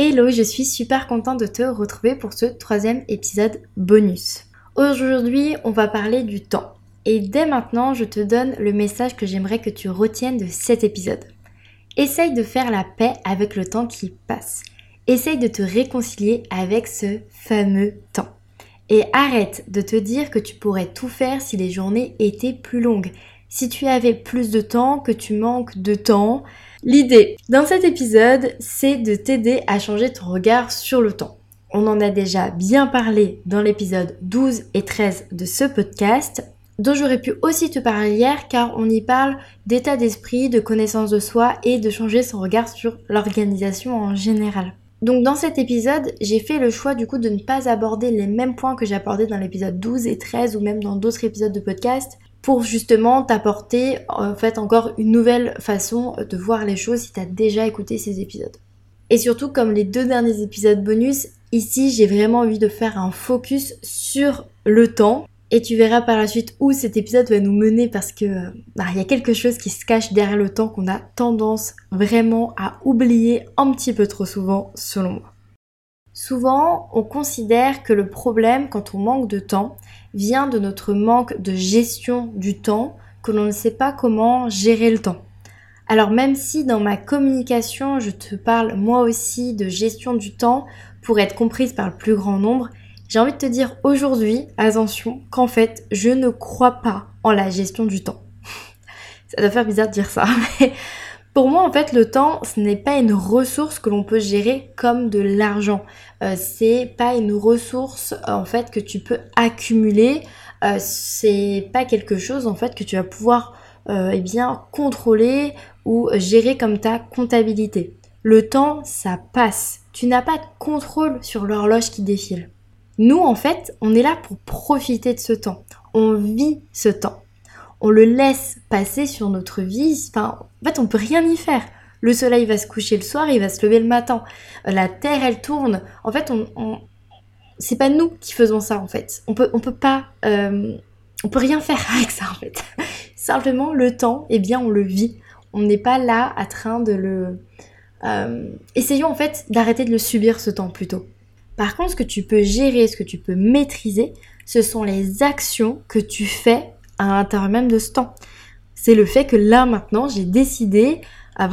Hello, je suis super contente de te retrouver pour ce 3e épisode bonus. Aujourd'hui, on va parler du temps. Et dès maintenant, je te donne le message que j'aimerais que tu retiennes de cet épisode. Essaye de faire la paix avec le temps qui passe. Essaye de te réconcilier avec ce fameux temps. Et arrête de te dire que tu pourrais tout faire si les journées étaient plus longues. Si tu avais plus de temps, que tu manques de temps. L'idée dans cet épisode, c'est de t'aider à changer ton regard sur le temps. On en a déjà bien parlé dans l'épisode 12 et 13 de ce podcast, dont j'aurais pu aussi te parler hier car on y parle d'état d'esprit, de connaissance de soi et de changer son regard sur l'organisation en général. Donc dans cet épisode, j'ai fait le choix du coup de ne pas aborder les mêmes points que j'ai abordés dans l'épisode 12 et 13 ou même dans d'autres épisodes de podcast pour justement t'apporter en fait encore une nouvelle façon de voir les choses si tu as déjà écouté ces épisodes. Et surtout comme les 2 derniers épisodes bonus, ici j'ai vraiment envie de faire un focus sur le temps. Et tu verras par la suite où cet épisode va nous mener parce que y a quelque chose qui se cache derrière le temps qu'on a tendance vraiment à oublier un petit peu trop souvent selon moi. Souvent, on considère que le problème quand on manque de temps vient de notre manque de gestion du temps, que l'on ne sait pas comment gérer le temps. Alors même si dans ma communication, je te parle moi aussi de gestion du temps pour être comprise par le plus grand nombre, j'ai envie de te dire aujourd'hui, attention, qu'en fait, je ne crois pas en la gestion du temps. Ça doit faire bizarre de dire ça, mais pour moi, en fait, le temps, ce n'est pas une ressource que l'on peut gérer comme de l'argent. C'est pas une ressource, en fait, que tu peux accumuler. C'est pas quelque chose, en fait, que tu vas pouvoir, contrôler ou gérer comme ta comptabilité. Le temps, ça passe. Tu n'as pas de contrôle sur l'horloge qui défile. Nous, en fait, on est là pour profiter de ce temps. On vit ce temps. On le laisse passer sur notre vie. En fait, on peut rien y faire. Le soleil va se coucher le soir, il va se lever le matin. La terre, elle tourne. En fait, c'est pas nous qui faisons ça, en fait. On peut pas, on peut rien faire avec ça, en fait. Simplement, le temps, on le vit. On n'est pas là à train de le... Essayons, en fait, d'arrêter de le subir, ce temps, plutôt. Par contre, ce que tu peux gérer, ce que tu peux maîtriser, ce sont les actions que tu fais à l'intérieur même de ce temps. C'est le fait que là, maintenant, j'ai décidé à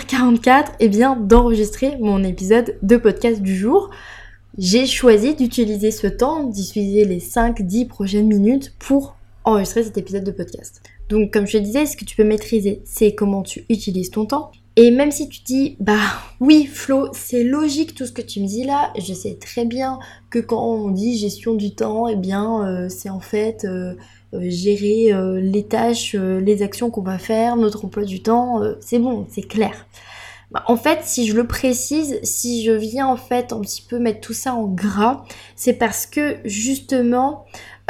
21h44, d'enregistrer mon épisode de podcast du jour. J'ai choisi d'utiliser ce temps, d'utiliser les 5-10 prochaines minutes pour enregistrer cet épisode de podcast. Donc, comme je te disais, ce que tu peux maîtriser, c'est comment tu utilises ton temps. Et même si tu dis, oui Flo, c'est logique tout ce que tu me dis là, je sais très bien que quand on dit gestion du temps, c'est en fait gérer les tâches, les actions qu'on va faire, notre emploi du temps, c'est bon, c'est clair. En fait, si je le précise, si je viens en fait un petit peu mettre tout ça en gras, c'est parce que justement...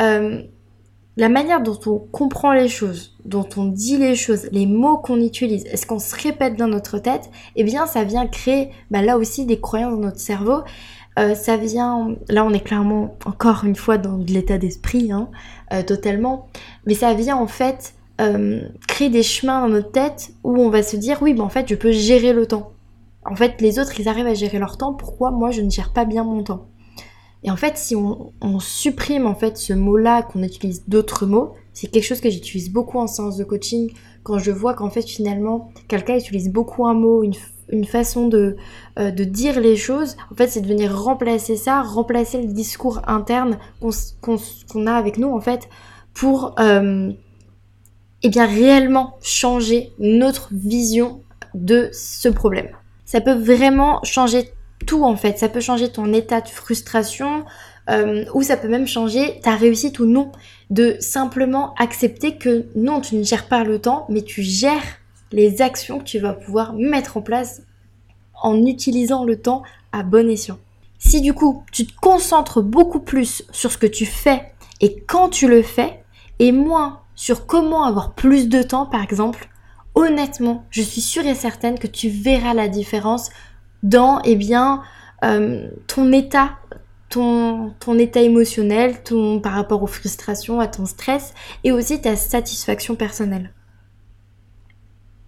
la manière dont on comprend les choses, dont on dit les choses, les mots qu'on utilise, est-ce qu'on se répète dans notre tête, ça vient créer là aussi des croyances dans notre cerveau. Ça vient, là on est clairement encore une fois dans de l'état d'esprit, totalement, mais ça vient en fait créer des chemins dans notre tête où on va se dire oui, en fait je peux gérer le temps. En fait les autres ils arrivent à gérer leur temps, pourquoi moi je ne gère pas bien mon temps ? Et en fait, si on supprime en fait ce mot-là, qu'on utilise d'autres mots, c'est quelque chose que j'utilise beaucoup en séance de coaching, quand je vois qu'en fait finalement, quelqu'un utilise beaucoup un mot, une façon de dire les choses, en fait c'est de venir remplacer ça, remplacer le discours interne qu'on a avec nous en fait, pour réellement changer notre vision de ce problème. Ça peut vraiment changer tout en fait, ça peut changer ton état de frustration ou ça peut même changer ta réussite ou non, de simplement accepter que non, tu ne gères pas le temps, mais tu gères les actions que tu vas pouvoir mettre en place en utilisant le temps à bon escient. Si du coup, tu te concentres beaucoup plus sur ce que tu fais et quand tu le fais, et moins sur comment avoir plus de temps par exemple, honnêtement, je suis sûre et certaine que tu verras la différence dans ton état, ton état émotionnel, par rapport aux frustrations, à ton stress et aussi ta satisfaction personnelle.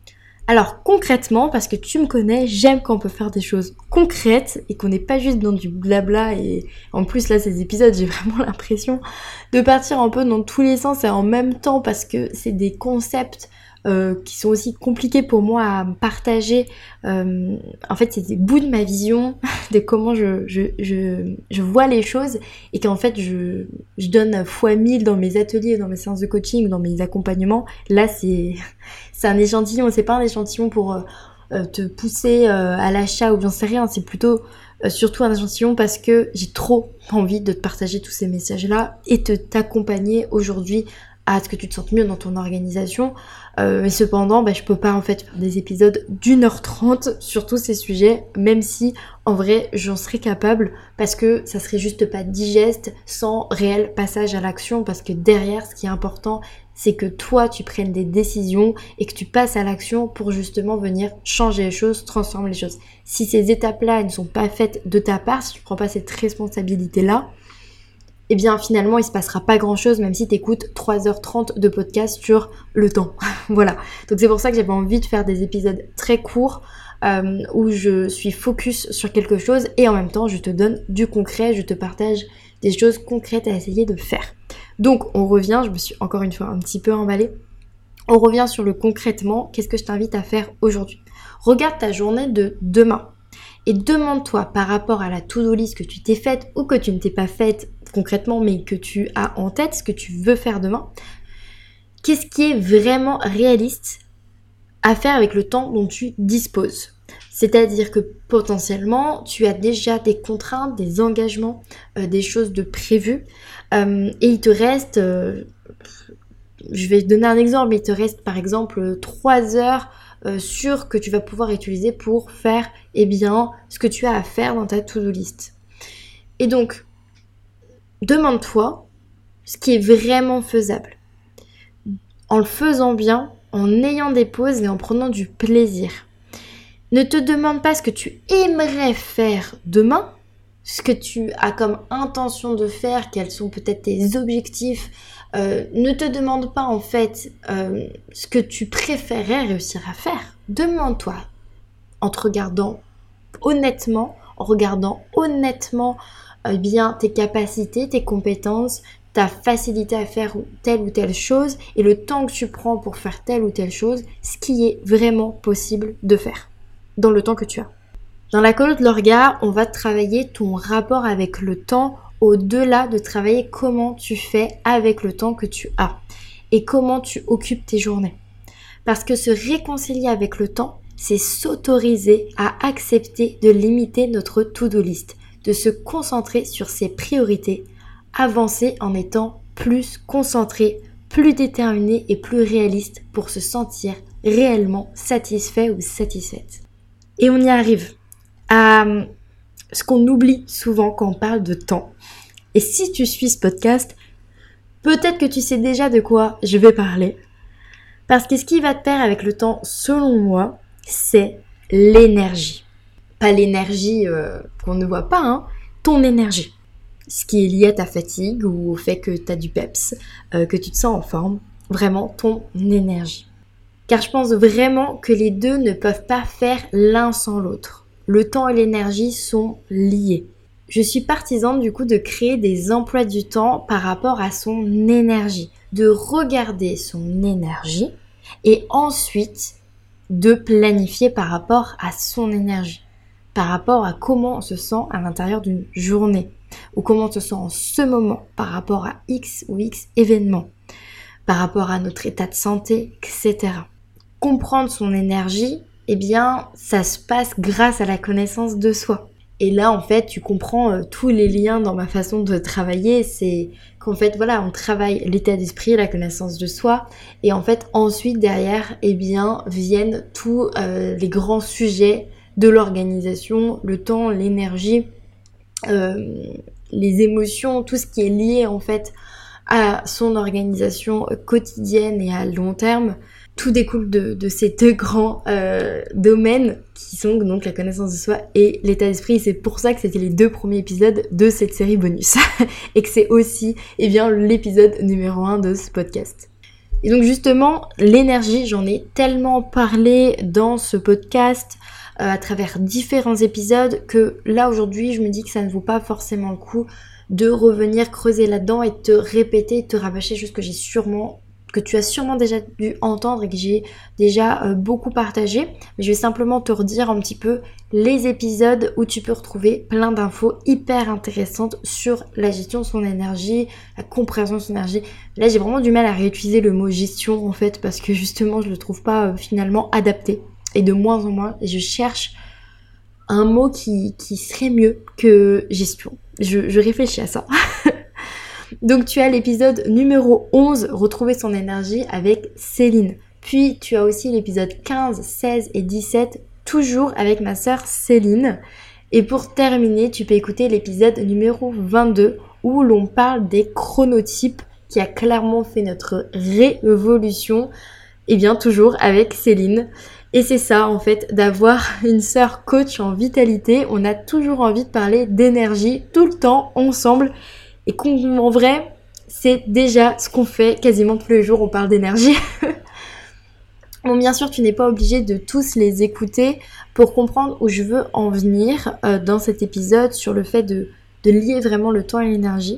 Alors concrètement, parce que tu me connais, j'aime quand on peut faire des choses concrètes et qu'on n'est pas juste dans du blabla. Et en plus là, ces épisodes, j'ai vraiment l'impression de partir un peu dans tous les sens et en même temps parce que c'est des concepts qui sont aussi compliqués pour moi à partager. En fait, c'est des bouts de ma vision, de comment je vois les choses et qu'en fait, je donne fois 1000 dans mes ateliers, dans mes séances de coaching, dans mes accompagnements. Là, c'est un échantillon, c'est pas un échantillon pour te pousser à l'achat ou j'en sais rien, c'est plutôt surtout un échantillon parce que j'ai trop envie de te partager tous ces messages-là et de t'accompagner aujourd'hui à ce que tu te sentes mieux dans ton organisation. Mais cependant, je peux pas en fait faire des épisodes d'1h30 sur tous ces sujets, même si en vrai j'en serais capable parce que ça serait juste pas digeste sans réel passage à l'action, parce que derrière ce qui est important c'est que toi tu prennes des décisions et que tu passes à l'action pour justement venir changer les choses, transformer les choses. Si ces étapes-là ne sont pas faites de ta part, si tu prends pas cette responsabilité-là, eh bien finalement il se passera pas grand chose même si t'écoutes 3h30 de podcast sur le temps. Voilà. Donc c'est pour ça que j'avais envie de faire des épisodes très courts où je suis focus sur quelque chose et en même temps je te donne du concret, je te partage des choses concrètes à essayer de faire. Donc on revient, je me suis encore une fois un petit peu emballée. On revient sur le concrètement, qu'est-ce que je t'invite à faire aujourd'hui ? Regarde ta journée de demain. Et demande-toi par rapport à la to-do list que tu t'es faite ou que tu ne t'es pas faite concrètement mais que tu as en tête, ce que tu veux faire demain, qu'est-ce qui est vraiment réaliste à faire avec le temps dont tu disposes. C'est-à-dire que potentiellement tu as déjà des contraintes, des engagements, des choses de prévues et il te reste, je vais te donner un exemple, mais il te reste par exemple 3 heures sûr que tu vas pouvoir utiliser pour faire ce que tu as à faire dans ta to-do list. Et donc, demande-toi ce qui est vraiment faisable. En le faisant bien, en ayant des pauses et en prenant du plaisir. Ne te demande pas ce que tu aimerais faire demain, ce que tu as comme intention de faire, quels sont peut-être tes objectifs. Ne te demande pas en fait ce que tu préférerais réussir à faire. Demande-toi en te regardant honnêtement, tes capacités, tes compétences, ta facilité à faire telle ou telle chose et le temps que tu prends pour faire telle ou telle chose, ce qui est vraiment possible de faire dans le temps que tu as. Dans la colonne de l'orga, on va travailler ton rapport avec le temps au-delà de travailler comment tu fais avec le temps que tu as et comment tu occupes tes journées. Parce que se réconcilier avec le temps, c'est s'autoriser à accepter de limiter notre to-do list, de se concentrer sur ses priorités, avancer en étant plus concentré, plus déterminé et plus réaliste pour se sentir réellement satisfait ou satisfaite. Et on y arrive à ce qu'on oublie souvent quand on parle de temps. Et si tu suis ce podcast, peut-être que tu sais déjà de quoi je vais parler. Parce que ce qui va te faire avec le temps, selon moi, c'est l'énergie. Pas l'énergie qu'on ne voit pas, ton énergie. Ce qui est lié à ta fatigue ou au fait que tu as du peps, que tu te sens en forme. Vraiment, ton énergie. Car je pense vraiment que les deux ne peuvent pas faire l'un sans l'autre. Le temps et l'énergie sont liés. Je suis partisane du coup de créer des emplois du temps par rapport à son énergie. De regarder son énergie et ensuite de planifier par rapport à son énergie. Par rapport à comment on se sent à l'intérieur d'une journée. Ou comment on se sent en ce moment par rapport à X ou X événements. Par rapport à notre état de santé, etc. Comprendre son énergie, ça se passe grâce à la connaissance de soi. Et là, en fait, tu comprends tous les liens dans ma façon de travailler. C'est qu'en fait, on travaille l'état d'esprit, la connaissance de soi. Et en fait, ensuite, derrière, viennent tous les grands sujets de l'organisation, le temps, l'énergie, les émotions, tout ce qui est lié, en fait, à son organisation quotidienne et à long terme. Tout découle de ces deux grands domaines qui sont donc la connaissance de soi et l'état d'esprit. Et c'est pour ça que c'était les 2 premiers épisodes de cette série bonus. Et que c'est aussi l'épisode numéro 1 de ce podcast. Et donc justement, l'énergie, j'en ai tellement parlé dans ce podcast, à travers différents épisodes, que là aujourd'hui, je me dis que ça ne vaut pas forcément le coup de revenir creuser là-dedans et de te répéter, de te rabâcher juste que tu as sûrement déjà dû entendre et que j'ai déjà beaucoup partagé. Mais je vais simplement te redire un petit peu les épisodes où tu peux retrouver plein d'infos hyper intéressantes sur la gestion de son énergie, la compréhension de son énergie. Là, j'ai vraiment du mal à réutiliser le mot gestion en fait parce que justement, je le trouve pas finalement adapté. Et de moins en moins, je cherche un mot qui serait mieux que gestion. Je réfléchis à ça. Donc tu as l'épisode numéro 11, retrouver son énergie avec Céline. Puis tu as aussi l'épisode 15, 16 et 17, toujours avec ma sœur Céline. Et pour terminer, tu peux écouter l'épisode numéro 22 où l'on parle des chronotypes qui a clairement fait notre révolution. Et bien toujours avec Céline. Et c'est ça en fait, d'avoir une sœur coach en vitalité. On a toujours envie de parler d'énergie tout le temps ensemble. Et en vrai, c'est déjà ce qu'on fait quasiment tous les jours, on parle d'énergie. Bon, bien sûr, tu n'es pas obligé de tous les écouter pour comprendre où je veux en venir dans cet épisode sur le fait de lier vraiment le temps et l'énergie.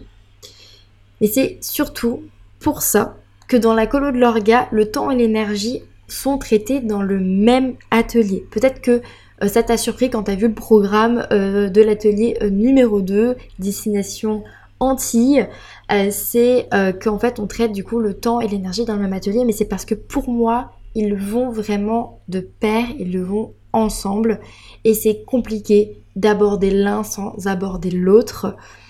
Mais c'est surtout pour ça que dans la colo de l'orga, le temps et l'énergie sont traités dans le même atelier. Peut-être que ça t'a surpris quand tu as vu le programme de l'atelier numéro 2, Destination Antilles, c'est qu'en fait on traite du coup le temps et l'énergie dans le même atelier, mais c'est parce que pour moi ils vont vraiment de pair, ils vont ensemble et c'est compliqué d'aborder l'un sans aborder l'autre,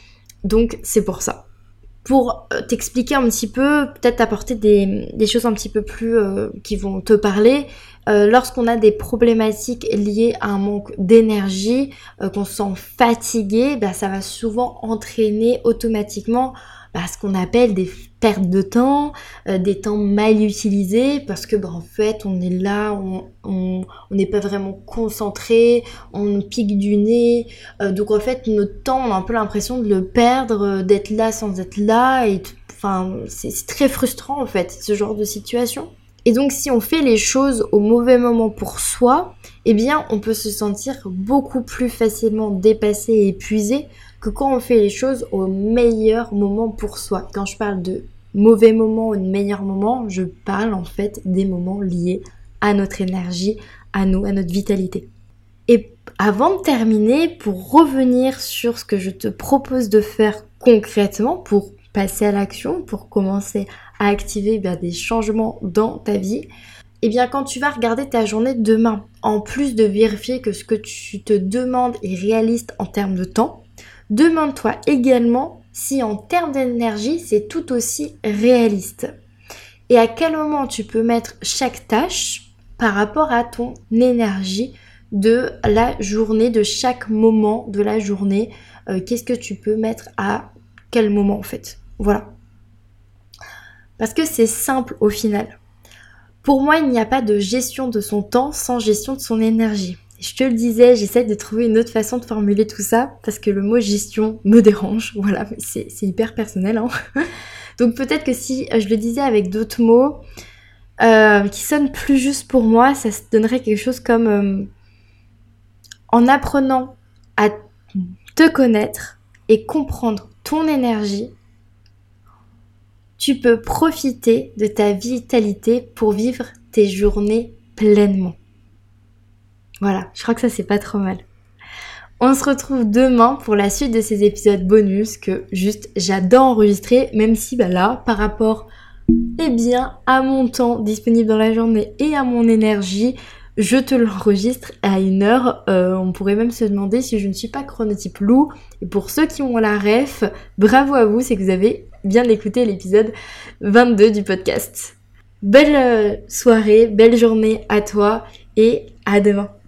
donc c'est pour ça. Pour t'expliquer un petit peu, peut-être t'apporter des choses un petit peu plus qui vont te parler. Lorsqu'on a des problématiques liées à un manque d'énergie, qu'on se sent fatigué, ça va souvent entraîner automatiquement ce qu'on appelle des pertes de temps, des temps mal utilisés, parce que en fait on est là, on n'est pas vraiment concentré, on pique du nez, donc en fait notre temps on a un peu l'impression de le perdre, d'être là sans être là, et c'est très frustrant en fait ce genre de situation. Et donc si on fait les choses au mauvais moment pour soi, eh bien on peut se sentir beaucoup plus facilement dépassé et épuisé que quand on fait les choses au meilleur moment pour soi. Quand je parle de mauvais moment ou de meilleur moment, je parle en fait des moments liés à notre énergie, à nous, à notre vitalité. Et avant de terminer, pour revenir sur ce que je te propose de faire concrètement pour passer à l'action, pour commencer à activer des changements dans ta vie, et bien quand tu vas regarder ta journée de demain, en plus de vérifier que ce que tu te demandes est réaliste en termes de temps, demande-toi également si en termes d'énergie, c'est tout aussi réaliste. Et à quel moment tu peux mettre chaque tâche par rapport à ton énergie de la journée, de chaque moment de la journée. Qu'est-ce que tu peux mettre à quel moment en fait. Voilà. Parce que c'est simple au final. Pour moi, il n'y a pas de gestion de son temps sans gestion de son énergie. Je te le disais, j'essaie de trouver une autre façon de formuler tout ça parce que le mot gestion me dérange. Voilà, mais c'est hyper personnel. Donc peut-être que si je le disais avec d'autres mots qui sonnent plus juste pour moi, ça se donnerait quelque chose comme en apprenant à te connaître et comprendre ton énergie, tu peux profiter de ta vitalité pour vivre tes journées pleinement. Voilà, je crois que ça c'est pas trop mal. On se retrouve demain pour la suite de ces épisodes bonus que juste j'adore enregistrer, même si là, par rapport à mon temps disponible dans la journée et à mon énergie, je te l'enregistre à 1h. On pourrait même se demander si je ne suis pas chronotype loup. Et pour ceux qui ont la ref, bravo à vous, c'est que vous avez bien écouté l'épisode 22 du podcast. Belle soirée, belle journée à toi et à demain.